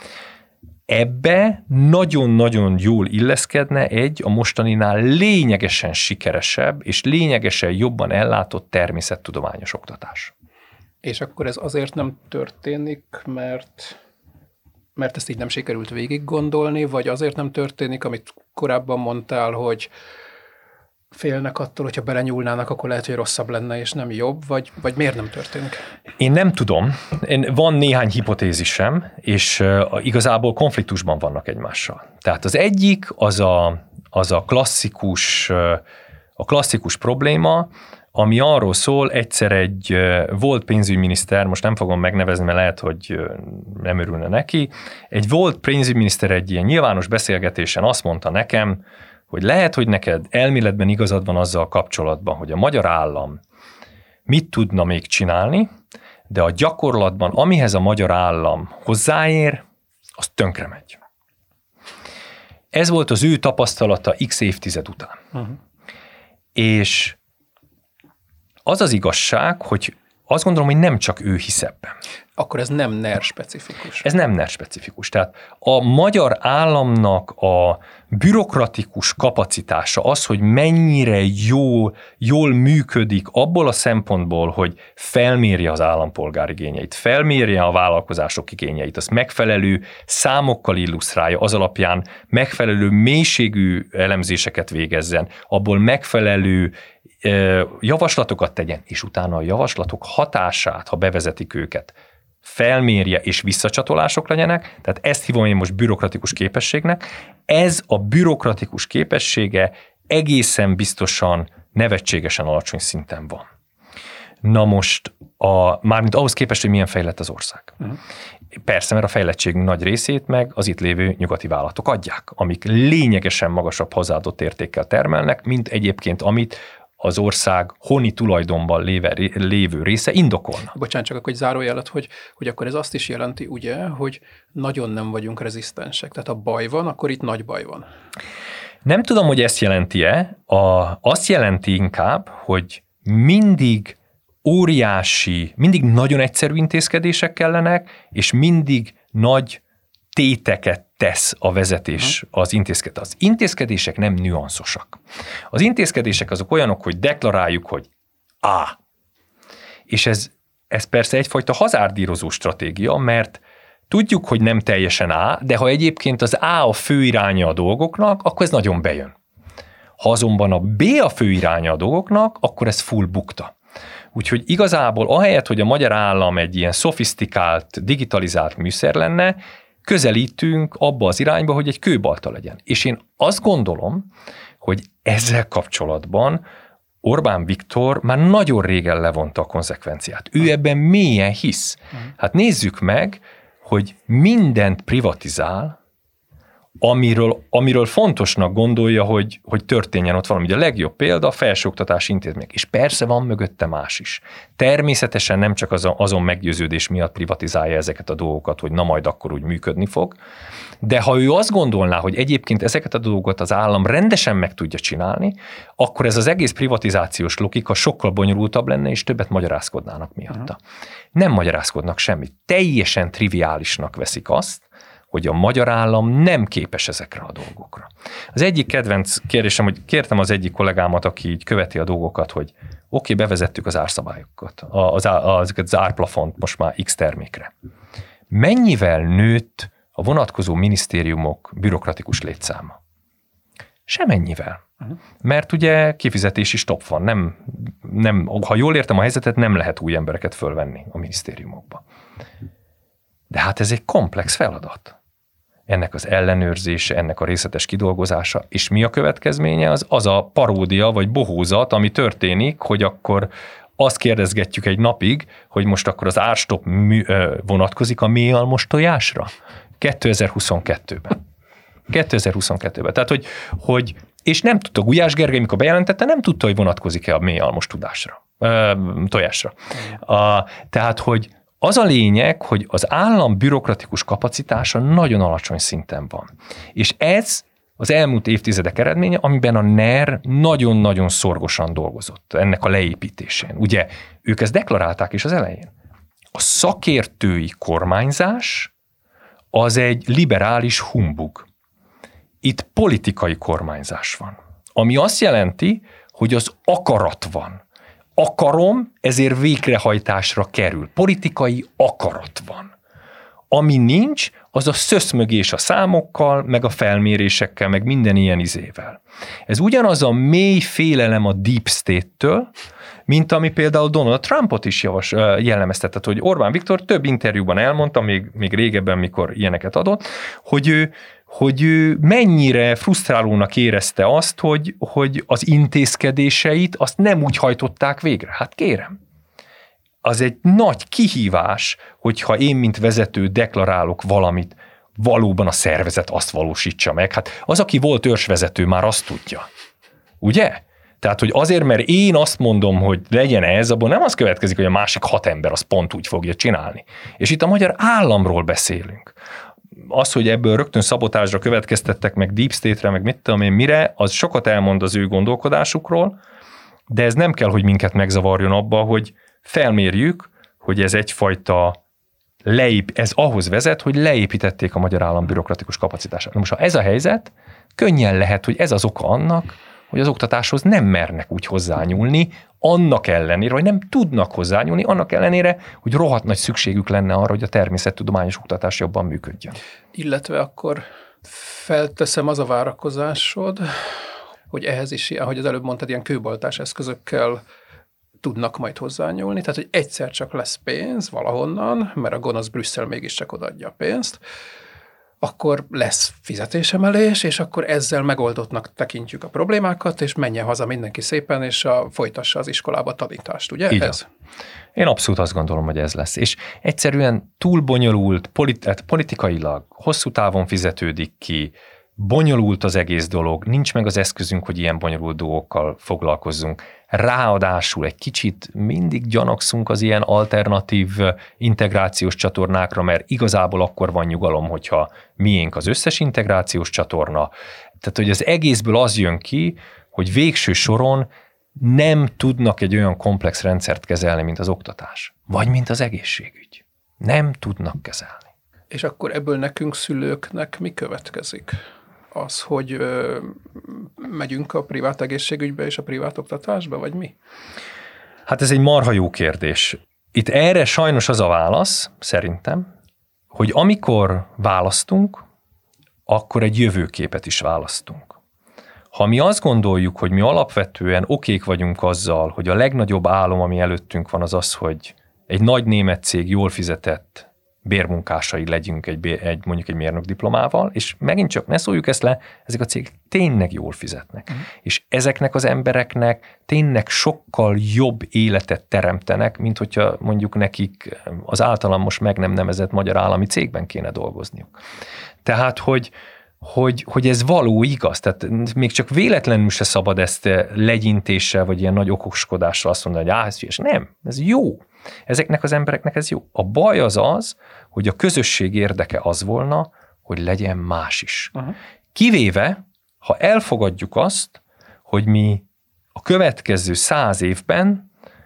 Ebbe nagyon-nagyon jól illeszkedne egy a mostaninál lényegesen sikeresebb és lényegesen jobban ellátott természettudományos oktatás. És akkor ez azért nem történik, mert... mert ezt így nem sikerült végig gondolni, vagy azért nem történik, amit korábban mondtál, hogy félnek attól, hogyha belenyúlnának, akkor lehet, hogy rosszabb lenne, és nem jobb, vagy, vagy miért nem történik? Én nem tudom. Én, van néhány hipotézisem, és uh, igazából konfliktusban vannak egymással. Tehát az egyik az a, az a klasszikus, uh, a klasszikus probléma, ami arról szól, egyszer egy volt pénzügyminiszter, most nem fogom megnevezni, mert lehet, hogy nem örülne neki, egy volt pénzügyminiszter egy ilyen nyilvános beszélgetésen azt mondta nekem, hogy lehet, hogy neked elméletben igazad van azzal kapcsolatban, hogy a magyar állam mit tudna még csinálni, de a gyakorlatban, amihez a magyar állam hozzáér, az tönkre megy. Ez volt az ő tapasztalata x évtized után. Uh-huh. És az az igazság, hogy azt gondolom, hogy nem csak ő hisz ebben. Akkor ez nem NER specifikus. Ez nem NER specifikus. Tehát a magyar államnak a bürokratikus kapacitása, az, hogy mennyire jó, jól működik abból a szempontból, hogy felmérje az állampolgár igényeit, felmérje a vállalkozások igényeit, azt megfelelő számokkal illusztrálja, az alapján megfelelő mélységű elemzéseket végezzen, abból megfelelő javaslatokat tegyen, és utána a javaslatok hatását, ha bevezetik őket, felmérje és visszacsatolások legyenek, tehát ezt hívom én most bürokratikus képességnek. Ez a bürokratikus képessége egészen biztosan nevetségesen alacsony szinten van. Na most, a, mármint ahhoz képest, hogy milyen fejlett az ország. Uh-huh. Persze, mert a fejlettségünk nagy részét meg az itt lévő nyugati vállalatok adják, amik lényegesen magasabb hozzáadott értékkel termelnek, mint egyébként amit az ország honi tulajdonban léve, lévő része indokolna. Bocsánat, csak akkor egy zárójelet, hogy, hogy akkor ez azt is jelenti, ugye, hogy nagyon nem vagyunk rezisztensek. Tehát ha baj van, akkor itt nagy baj van. Nem tudom, hogy ezt jelenti-e. A, azt jelenti inkább, hogy mindig óriási, mindig nagyon egyszerű intézkedések kellenek, és mindig nagy téteket tesz a vezetés az intézkedés. Az intézkedések nem nüanszosak. Az intézkedések azok olyanok, hogy deklaráljuk, hogy A. És ez, ez persze egyfajta hazárdírozó stratégia, mert tudjuk, hogy nem teljesen A, de ha egyébként az A a fő iránya a dolgoknak, akkor ez nagyon bejön. Ha azonban a B a fő iránya a dolgoknak, akkor ez full bukta. Úgyhogy igazából ahelyett, hogy a magyar állam egy ilyen szofisztikált, digitalizált műszer lenne, közelítünk abba az irányba, hogy egy kőbalta legyen. És én azt gondolom, hogy ezzel kapcsolatban Orbán Viktor már nagyon régen levonta a konzekvenciát. Ő ebben mélyen hisz. Hát nézzük meg, hogy mindent privatizál, amiről, amiről fontosnak gondolja, hogy, hogy történjen ott valami. Ugye a legjobb példa a felsőoktatási intézmények. És persze van mögötte más is. Természetesen nem csak azon, azon meggyőződés miatt privatizálja ezeket a dolgokat, hogy na majd akkor úgy működni fog, de ha ő azt gondolná, hogy egyébként ezeket a dolgokat az állam rendesen meg tudja csinálni, akkor ez az egész privatizációs logika sokkal bonyolultabb lenne, és többet magyarázkodnának miatta. Uh-huh. Nem magyarázkodnak semmit. Teljesen triviálisnak veszik azt, hogy a magyar állam nem képes ezekre a dolgokra. Az egyik kedvenc kérdésem, hogy kértem az egyik kollégámat, aki így követi a dolgokat, hogy oké, okay, bevezettük az árszabályokat, az, az, az árplafont most már X termékre. Mennyivel nőtt a vonatkozó minisztériumok bürokratikus létszáma? Semennyivel. Uh-huh. Mert ugye kifizetési stop van. Nem, nem, ha jól értem a helyzetet, nem lehet új embereket fölvenni a minisztériumokba. De hát ez egy komplex feladat. Ennek az ellenőrzése, ennek a részletes kidolgozása, és mi a következménye? Az, az a paródia vagy bohózat, ami történik, hogy akkor azt kérdezgetjük egy napig, hogy most akkor az árstop mű, ö, vonatkozik a mélyalmos tojásra? kétezer-huszonkettőben. kétezer-huszonkettőben. Tehát, hogy, hogy és nem tudta, Gulyás Gergely, mikor bejelentette, nem tudta, hogy vonatkozik-e a mélyalmos tudásra, ö, tojásra. A, tehát, hogy az a lényeg, hogy az állam bürokratikus kapacitása nagyon alacsony szinten van. És ez az elmúlt évtizedek eredménye, amiben a en e er nagyon-nagyon szorgosan dolgozott ennek a leépítésén. Ugye ők ezt deklarálták is az elején. A szakértői kormányzás az egy liberális humbug. Itt politikai kormányzás van. Ami azt jelenti, hogy az akarat van. Akarom, ezért végrehajtásra kerül. Politikai akarat van. Ami nincs, az a szöszmögés a számokkal, meg a felmérésekkel, meg minden ilyen izével. Ez ugyanaz a mély félelem a Deep State-től, mint ami például Donald Trumpot is javas, jellemeztetett, hogy Orbán Viktor több interjúban elmondta, még, még régebben, mikor ilyeneket adott, hogy ő hogy ő mennyire frusztrálónak érezte azt, hogy, hogy az intézkedéseit azt nem úgy hajtották végre. Hát kérem, az egy nagy kihívás, hogyha én, mint vezető deklarálok valamit, valóban a szervezet azt valósítsa meg. Hát az, aki volt őrsvezető, már azt tudja. Ugye? Tehát, hogy azért, mert én azt mondom, hogy legyen ez, abból nem az következik, hogy a másik hat ember az pont úgy fogja csinálni. És itt a magyar államról beszélünk. Az, hogy ebből rögtön szabotázsra következtettek, meg deep state-re, meg mit tudom én mire, az sokat elmond az ő gondolkodásukról, de ez nem kell, hogy minket megzavarjon abba, hogy felmérjük, hogy ez egyfajta leép, ez ahhoz vezet, hogy leépítették a magyar állam bürokratikus kapacitását. Na most, ha ez a helyzet, könnyen lehet, hogy ez az oka annak, hogy az oktatáshoz nem mernek úgy hozzányúlni, annak ellenére, vagy nem tudnak hozzányúlni, annak ellenére, hogy rohadt nagy szükségük lenne arra, hogy a természettudományos oktatás jobban működjön. Illetve akkor felteszem az a várakozásod, hogy ehhez is, ahogy az előbb mondtad, ilyen kőbaltás eszközökkel tudnak majd hozzányúlni, tehát hogy egyszer csak lesz pénz valahonnan, mert a gonosz Brüsszel mégiscsak odaadja a pénzt, akkor lesz fizetésemelés, és akkor ezzel megoldottnak tekintjük a problémákat, és menjen haza mindenki szépen, és a, folytassa az iskolába tanítást, ugye? Így ez? Én abszolút azt gondolom, hogy ez lesz. És egyszerűen túl bonyolult, politi- politikailag hosszú távon fizetődik ki, bonyolult az egész dolog, nincs meg az eszközünk, hogy ilyen bonyolult dolgokkal foglalkozzunk. Ráadásul egy kicsit mindig gyanakszunk az ilyen alternatív integrációs csatornákra, mert igazából akkor van nyugalom, hogyha miénk az összes integrációs csatorna. Tehát, hogy az egészből az jön ki, hogy végső soron nem tudnak egy olyan komplex rendszert kezelni, mint az oktatás, vagy mint az egészségügy. Nem tudnak kezelni. És akkor ebből nekünk szülőknek mi következik? Az, hogy ö, megyünk a privát egészségügybe és a privát oktatásba, vagy mi? Hát ez egy marha jó kérdés. Itt erre sajnos az a válasz, szerintem, hogy amikor választunk, akkor egy jövőképet is választunk. Ha mi azt gondoljuk, hogy mi alapvetően okék vagyunk azzal, hogy a legnagyobb álom, ami előttünk van, az az, hogy egy nagy német cég jól fizetett bérmunkásai legyünk egy, egy mondjuk egy mérnökdiplomával, és megint csak ne szóljuk ezt le, ezek a cégek tényleg jól fizetnek. Uh-huh. És ezeknek az embereknek tényleg sokkal jobb életet teremtenek, mint hogyha mondjuk nekik az általam most meg nem nevezett magyar állami cégben kéne dolgozniuk. Tehát, hogy Hogy, hogy ez való igaz. Tehát még csak véletlenül se szabad ezt legyintéssel, vagy ilyen nagy okoskodással azt mondani, hogy áh, ez fies. Nem, ez jó. Ezeknek az embereknek ez jó. A baj az az, hogy a közösség érdeke az volna, hogy legyen más is. Uh-huh. Kivéve, ha elfogadjuk azt, hogy mi a következő száz évben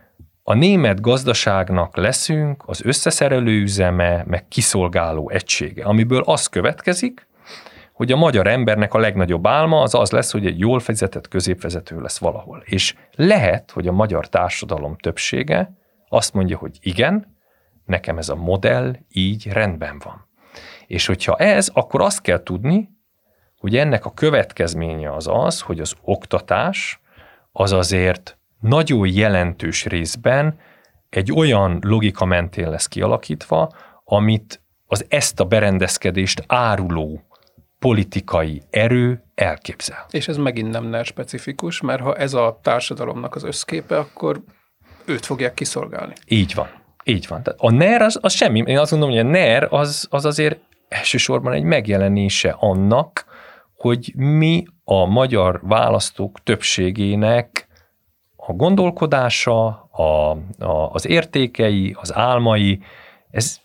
a német gazdaságnak leszünk az összeszerelő üzeme, meg kiszolgáló egysége, amiből az következik, hogy a magyar embernek a legnagyobb álma az az lesz, hogy egy jól fizetett középvezető lesz valahol. És lehet, hogy a magyar társadalom többsége azt mondja, hogy igen, nekem ez a modell így rendben van. És hogyha ez, akkor azt kell tudni, hogy ennek a következménye az az, hogy az oktatás az azért nagyon jelentős részben egy olyan logika mentén lesz kialakítva, amit az ezt a berendezkedést áruló politikai erő elképzel. És ez megint nem NER specifikus, mert ha ez a társadalomnak az összképe, akkor őt fogják kiszolgálni. Így van. Így van. Tehát a NER az, az semmi. Én azt gondolom, hogy a NER az, az azért elsősorban egy megjelenése annak, hogy mi a magyar választók többségének a gondolkodása, a, a, az értékei, az álmai, ez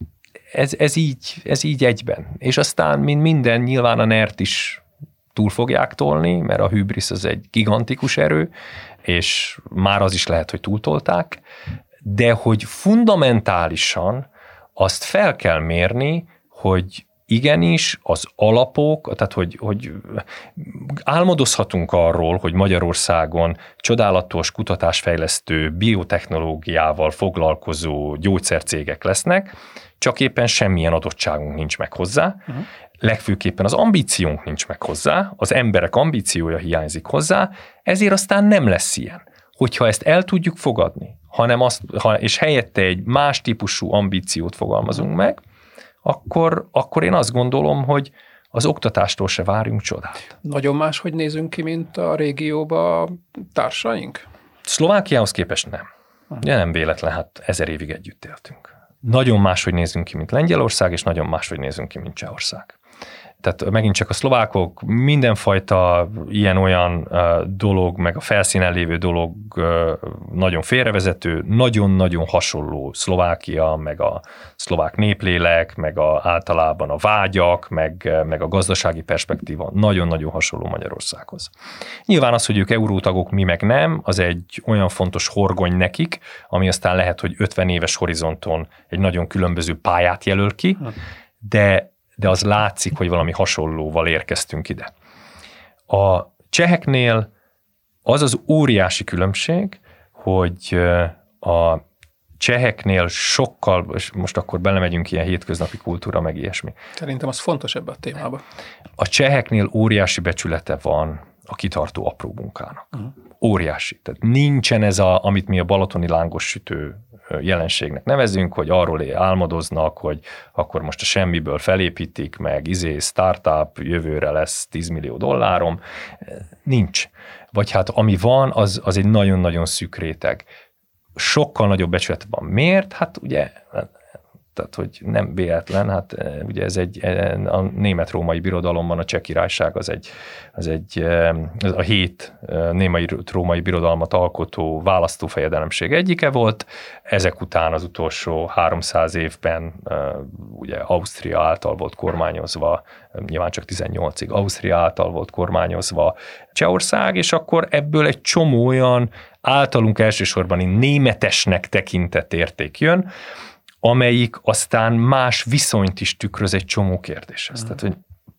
Ez, ez, így, ez így egyben. És aztán, mint minden, nyilván a nert is túl fogják tolni, mert a hübrisz az egy gigantikus erő, és már az is lehet, hogy túltolták, de hogy fundamentálisan azt fel kell mérni, hogy igenis az alapok, tehát hogy, hogy álmodozhatunk arról, hogy Magyarországon csodálatos kutatásfejlesztő biotechnológiával foglalkozó gyógyszercégek lesznek, csak éppen semmilyen adottságunk nincs meg hozzá, uh-huh. legfőképpen az ambíciónk nincs meg hozzá, az emberek ambíciója hiányzik hozzá, ezért aztán nem lesz ilyen. Hogyha ezt el tudjuk fogadni, hanem azt, ha, és helyette egy más típusú ambíciót fogalmazunk uh-huh. meg, akkor, akkor én azt gondolom, hogy az oktatástól se várjunk csodát. Nagyon máshogy nézünk ki, mint a régióban társaink? Szlovákiához képest nem. Ugye nem véletlen, hát ezer évig együtt éltünk. Nagyon máshogy nézünk ki, mint Lengyelország, és nagyon máshogy nézünk ki, mint Csehország. Tehát megint csak a szlovákok mindenfajta ilyen-olyan dolog, meg a felszínen lévő dolog nagyon félrevezető, nagyon-nagyon hasonló Szlovákia, meg a szlovák néplélek, meg a, általában a vágyak, meg, meg a gazdasági perspektíva nagyon-nagyon hasonló Magyarországhoz. Nyilván az, hogy ők eurótagok, mi meg nem, az egy olyan fontos horgony nekik, ami aztán lehet, hogy ötven éves horizonton egy nagyon különböző pályát jelöl ki, de de az látszik, hogy valami hasonlóval érkeztünk ide. A cseheknél az az óriási különbség, hogy a cseheknél sokkal, és most akkor belemegyünk ilyen hétköznapi kultúra, meg ilyesmi. Szerintem az fontos ebben a témában. A cseheknél óriási becsülete van a kitartó apró munkának. Uh-huh. Óriási. Tehát nincsen ez, a, amit mi a balatoni lángos sütő jelenségnek nevezünk, hogy arról álmodoznak, hogy akkor most a semmiből felépítik, meg izé, startup, jövőre lesz tíz millió dollárom. Nincs. Vagy hát ami van, az, az egy nagyon-nagyon szűk réteg. Sokkal nagyobb becsület van. Miért? Hát ugye, tehát hogy nem véletlen, hát ugye ez egy, a német-római birodalomban a Cseh Királyság az egy, az egy az a hét német-római birodalmat alkotó választófejedelemség egyike volt, ezek után az utolsó háromszáz évben ugye Ausztria által volt kormányozva, nyilván csak tizennyolcig Ausztria által volt kormányozva Csehország, és akkor ebből egy csomó olyan általunk elsősorban németesnek tekintett érték jön, amelyik aztán más viszonyt is tükröz egy csomó kérdéshez. Mm. Tehát, hogy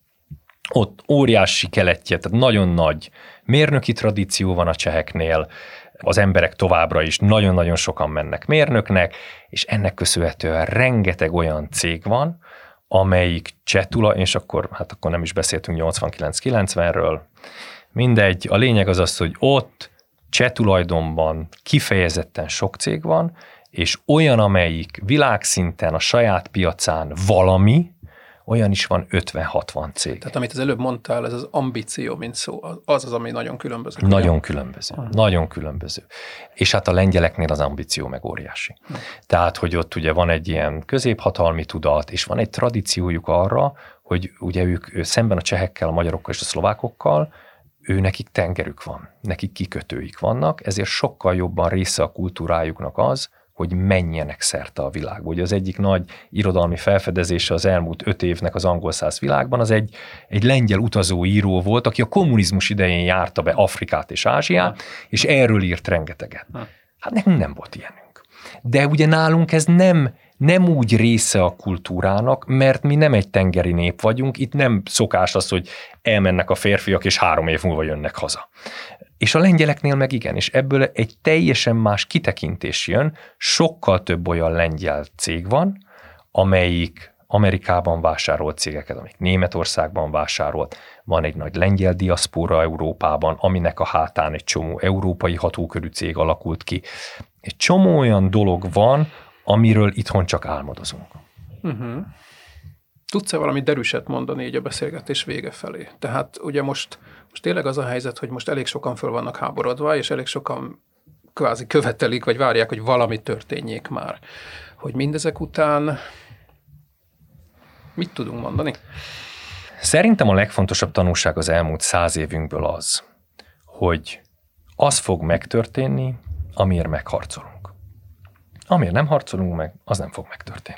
ott óriási keletje, tehát nagyon nagy mérnöki tradíció van a cseheknél, az emberek továbbra is nagyon-nagyon sokan mennek mérnöknek, és ennek köszönhetően rengeteg olyan cég van, amelyik cseh tulaj, és akkor, hát akkor nem is beszéltünk nyolcvankilenc kilencvenről, mindegy, a lényeg az az, hogy ott cseh tulajdonban kifejezetten sok cég van, és olyan, amelyik világszinten a saját piacán valami, olyan is van ötven-hatvan cég. Tehát amit az előbb mondtál, ez az ambíció, mint szó, az az, ami nagyon különböző. Nagyon ugye? különböző. Hmm. Nagyon különböző. És hát a lengyeleknél az ambíció meg óriási. Hmm. Tehát, hogy ott ugye van egy ilyen középhatalmi tudat, és van egy tradíciójuk arra, hogy ugye ők szemben a csehekkel, a magyarokkal és a szlovákokkal, ő nekik tengerük van, nekik kikötőik vannak, ezért sokkal jobban része a kultúrájuknak az, hogy menjenek szerte a világba. Ugye az egyik nagy irodalmi felfedezése az elmúlt öt évnek az angol száz világban, az egy, egy lengyel utazóíró volt, aki a kommunizmus idején járta be Afrikát és Ázsiát, és erről írt rengeteget. Hát nekünk nem volt ilyenünk. De ugye nálunk ez nem, nem úgy része a kultúrának, mert mi nem egy tengeri nép vagyunk, itt nem szokás az, hogy elmennek a férfiak, és három év múlva jönnek haza. És a lengyeleknél meg igen, és ebből egy teljesen más kitekintés jön, sokkal több olyan lengyel cég van, amelyik Amerikában vásárolt cégeket, amik Németországban vásárolt, van egy nagy lengyel diaszpóra Európában, aminek a hátán egy csomó európai hatókörű cég alakult ki. Egy csomó olyan dolog van, amiről itthon csak álmodozunk. Uh-huh. Tudsz-e valami derűset mondani így a beszélgetés vége felé? Tehát ugye most, most tényleg az a helyzet, hogy most elég sokan föl vannak háborodva, és elég sokan kvázi követelik, vagy várják, hogy valami történjék már. Hogy mindezek után mit tudunk mondani? Szerintem a legfontosabb tanulság az elmúlt száz évünkből az, hogy az fog megtörténni, amiért megharcolunk. Amiért nem harcolunk meg, az nem fog megtörténni.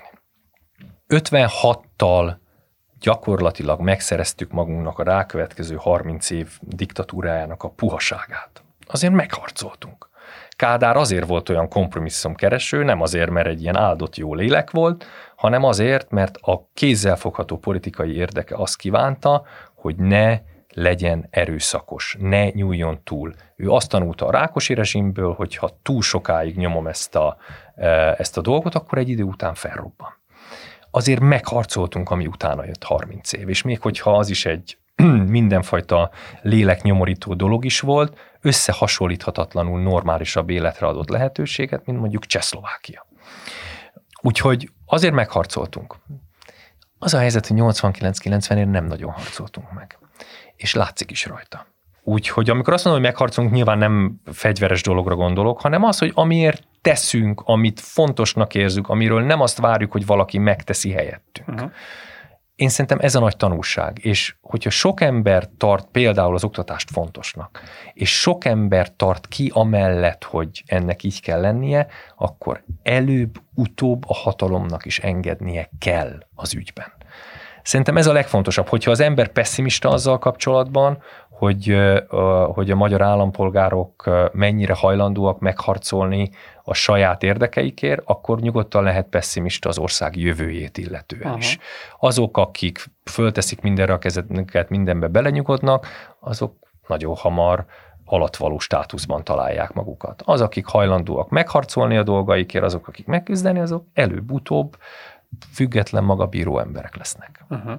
ötvenhattal gyakorlatilag megszereztük magunknak a rákövetkező harminc év diktatúrájának a puhaságát. Azért megharcoltunk. Kádár azért volt olyan kompromisszumkereső, nem azért, mert egy ilyen áldott jó lélek volt, hanem azért, mert a kézzelfogható politikai érdeke azt kívánta, hogy ne legyen erőszakos, ne nyúljon túl. Ő azt tanulta a Rákosi rezsimből, hogy ha túl sokáig nyomom ezt a, ezt a dolgot, akkor egy idő után felrobban. Azért megharcoltunk, ami utána jött harminc év, és még hogyha az is egy mindenfajta léleknyomorító dolog is volt, összehasonlíthatatlanul normálisabb életre adott lehetőséget, mint mondjuk Csehszlovákia. Úgyhogy azért megharcoltunk. Az a helyzet, hogy nyolcvankilenc-kilencvenért nem nagyon harcoltunk meg. És látszik is rajta. Úgyhogy amikor azt mondom, hogy megharcolunk, nyilván nem fegyveres dologra gondolok, hanem az, hogy amiért teszünk, amit fontosnak érzünk, amiről nem azt várjuk, hogy valaki megteszi helyettünk. Uh-huh. Én szerintem ez a nagy tanulság, és hogyha sok ember tart például az oktatást fontosnak, és sok ember tart ki amellett, hogy ennek így kell lennie, akkor előbb-utóbb a hatalomnak is engednie kell az ügyben. Szerintem ez a legfontosabb, hogyha az ember pessimista azzal kapcsolatban, hogy, hogy a magyar állampolgárok mennyire hajlandóak megharcolni a saját érdekeikért, akkor nyugodtan lehet pessimista az ország jövőjét illetően uh-huh. is. Azok, akik fölteszik mindenre a kezüket, mindenbe belenyugodnak, azok nagyon hamar alattvaló státuszban találják magukat. Az, akik hajlandóak megharcolni a dolgaikért, azok, akik megküzdeni, azok előbb-utóbb független magabíró emberek lesznek. Uh-huh.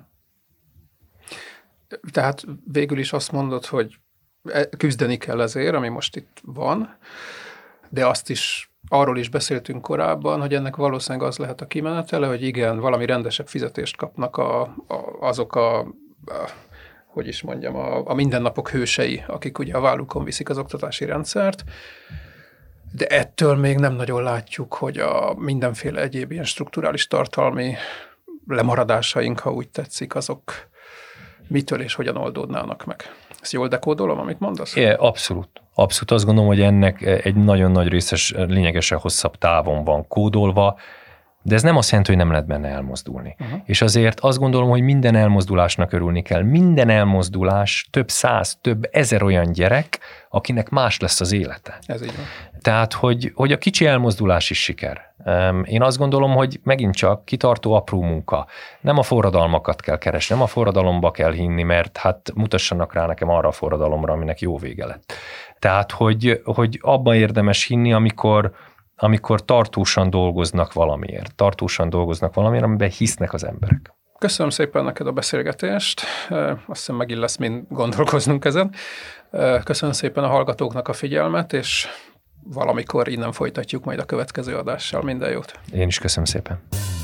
Tehát végül is azt mondod, hogy küzdeni kell ezért, ami most itt van, de azt is, arról is beszéltünk korábban, hogy ennek valószínűleg az lehet a kimenetele, hogy igen, valami rendesebb fizetést kapnak a, a, azok a, a, hogy is mondjam, a, a mindennapok hősei, akik ugye a vállukon viszik az oktatási rendszert, de ettől még nem nagyon látjuk, hogy a mindenféle egyéb ilyen strukturális tartalmi lemaradásaink, ha úgy tetszik, azok mitől és hogyan oldódnának meg. Ezt jól dekódolom, amit mondasz? É, abszolút. Abszolút azt gondolom, hogy ennek egy nagyon nagy részes, lényegesen hosszabb távon van kódolva, de ez nem azt jelenti, hogy nem lehet benne elmozdulni. Uh-huh. És azért azt gondolom, hogy minden elmozdulásnak örülni kell. Minden elmozdulás több száz, több ezer olyan gyerek, akinek más lesz az élete. Ez így van. Tehát, hogy, hogy a kicsi elmozdulás is siker. Én azt gondolom, hogy megint csak kitartó apró munka. Nem a forradalmakat kell keresni, nem a forradalomba kell hinni, mert hát mutassanak rá nekem arra a forradalomra, aminek jó vége lett. Tehát, hogy, hogy abban érdemes hinni, amikor amikor tartósan dolgoznak valamiért, tartósan dolgoznak valamiért, amiben hisznek az emberek. Köszönöm szépen neked a beszélgetést, azt hiszem megint lesz mind gondolkoznunk ezen. Köszönöm szépen a hallgatóknak a figyelmet, és valamikor innen folytatjuk majd a következő adással. Minden jót! Én is köszönöm szépen!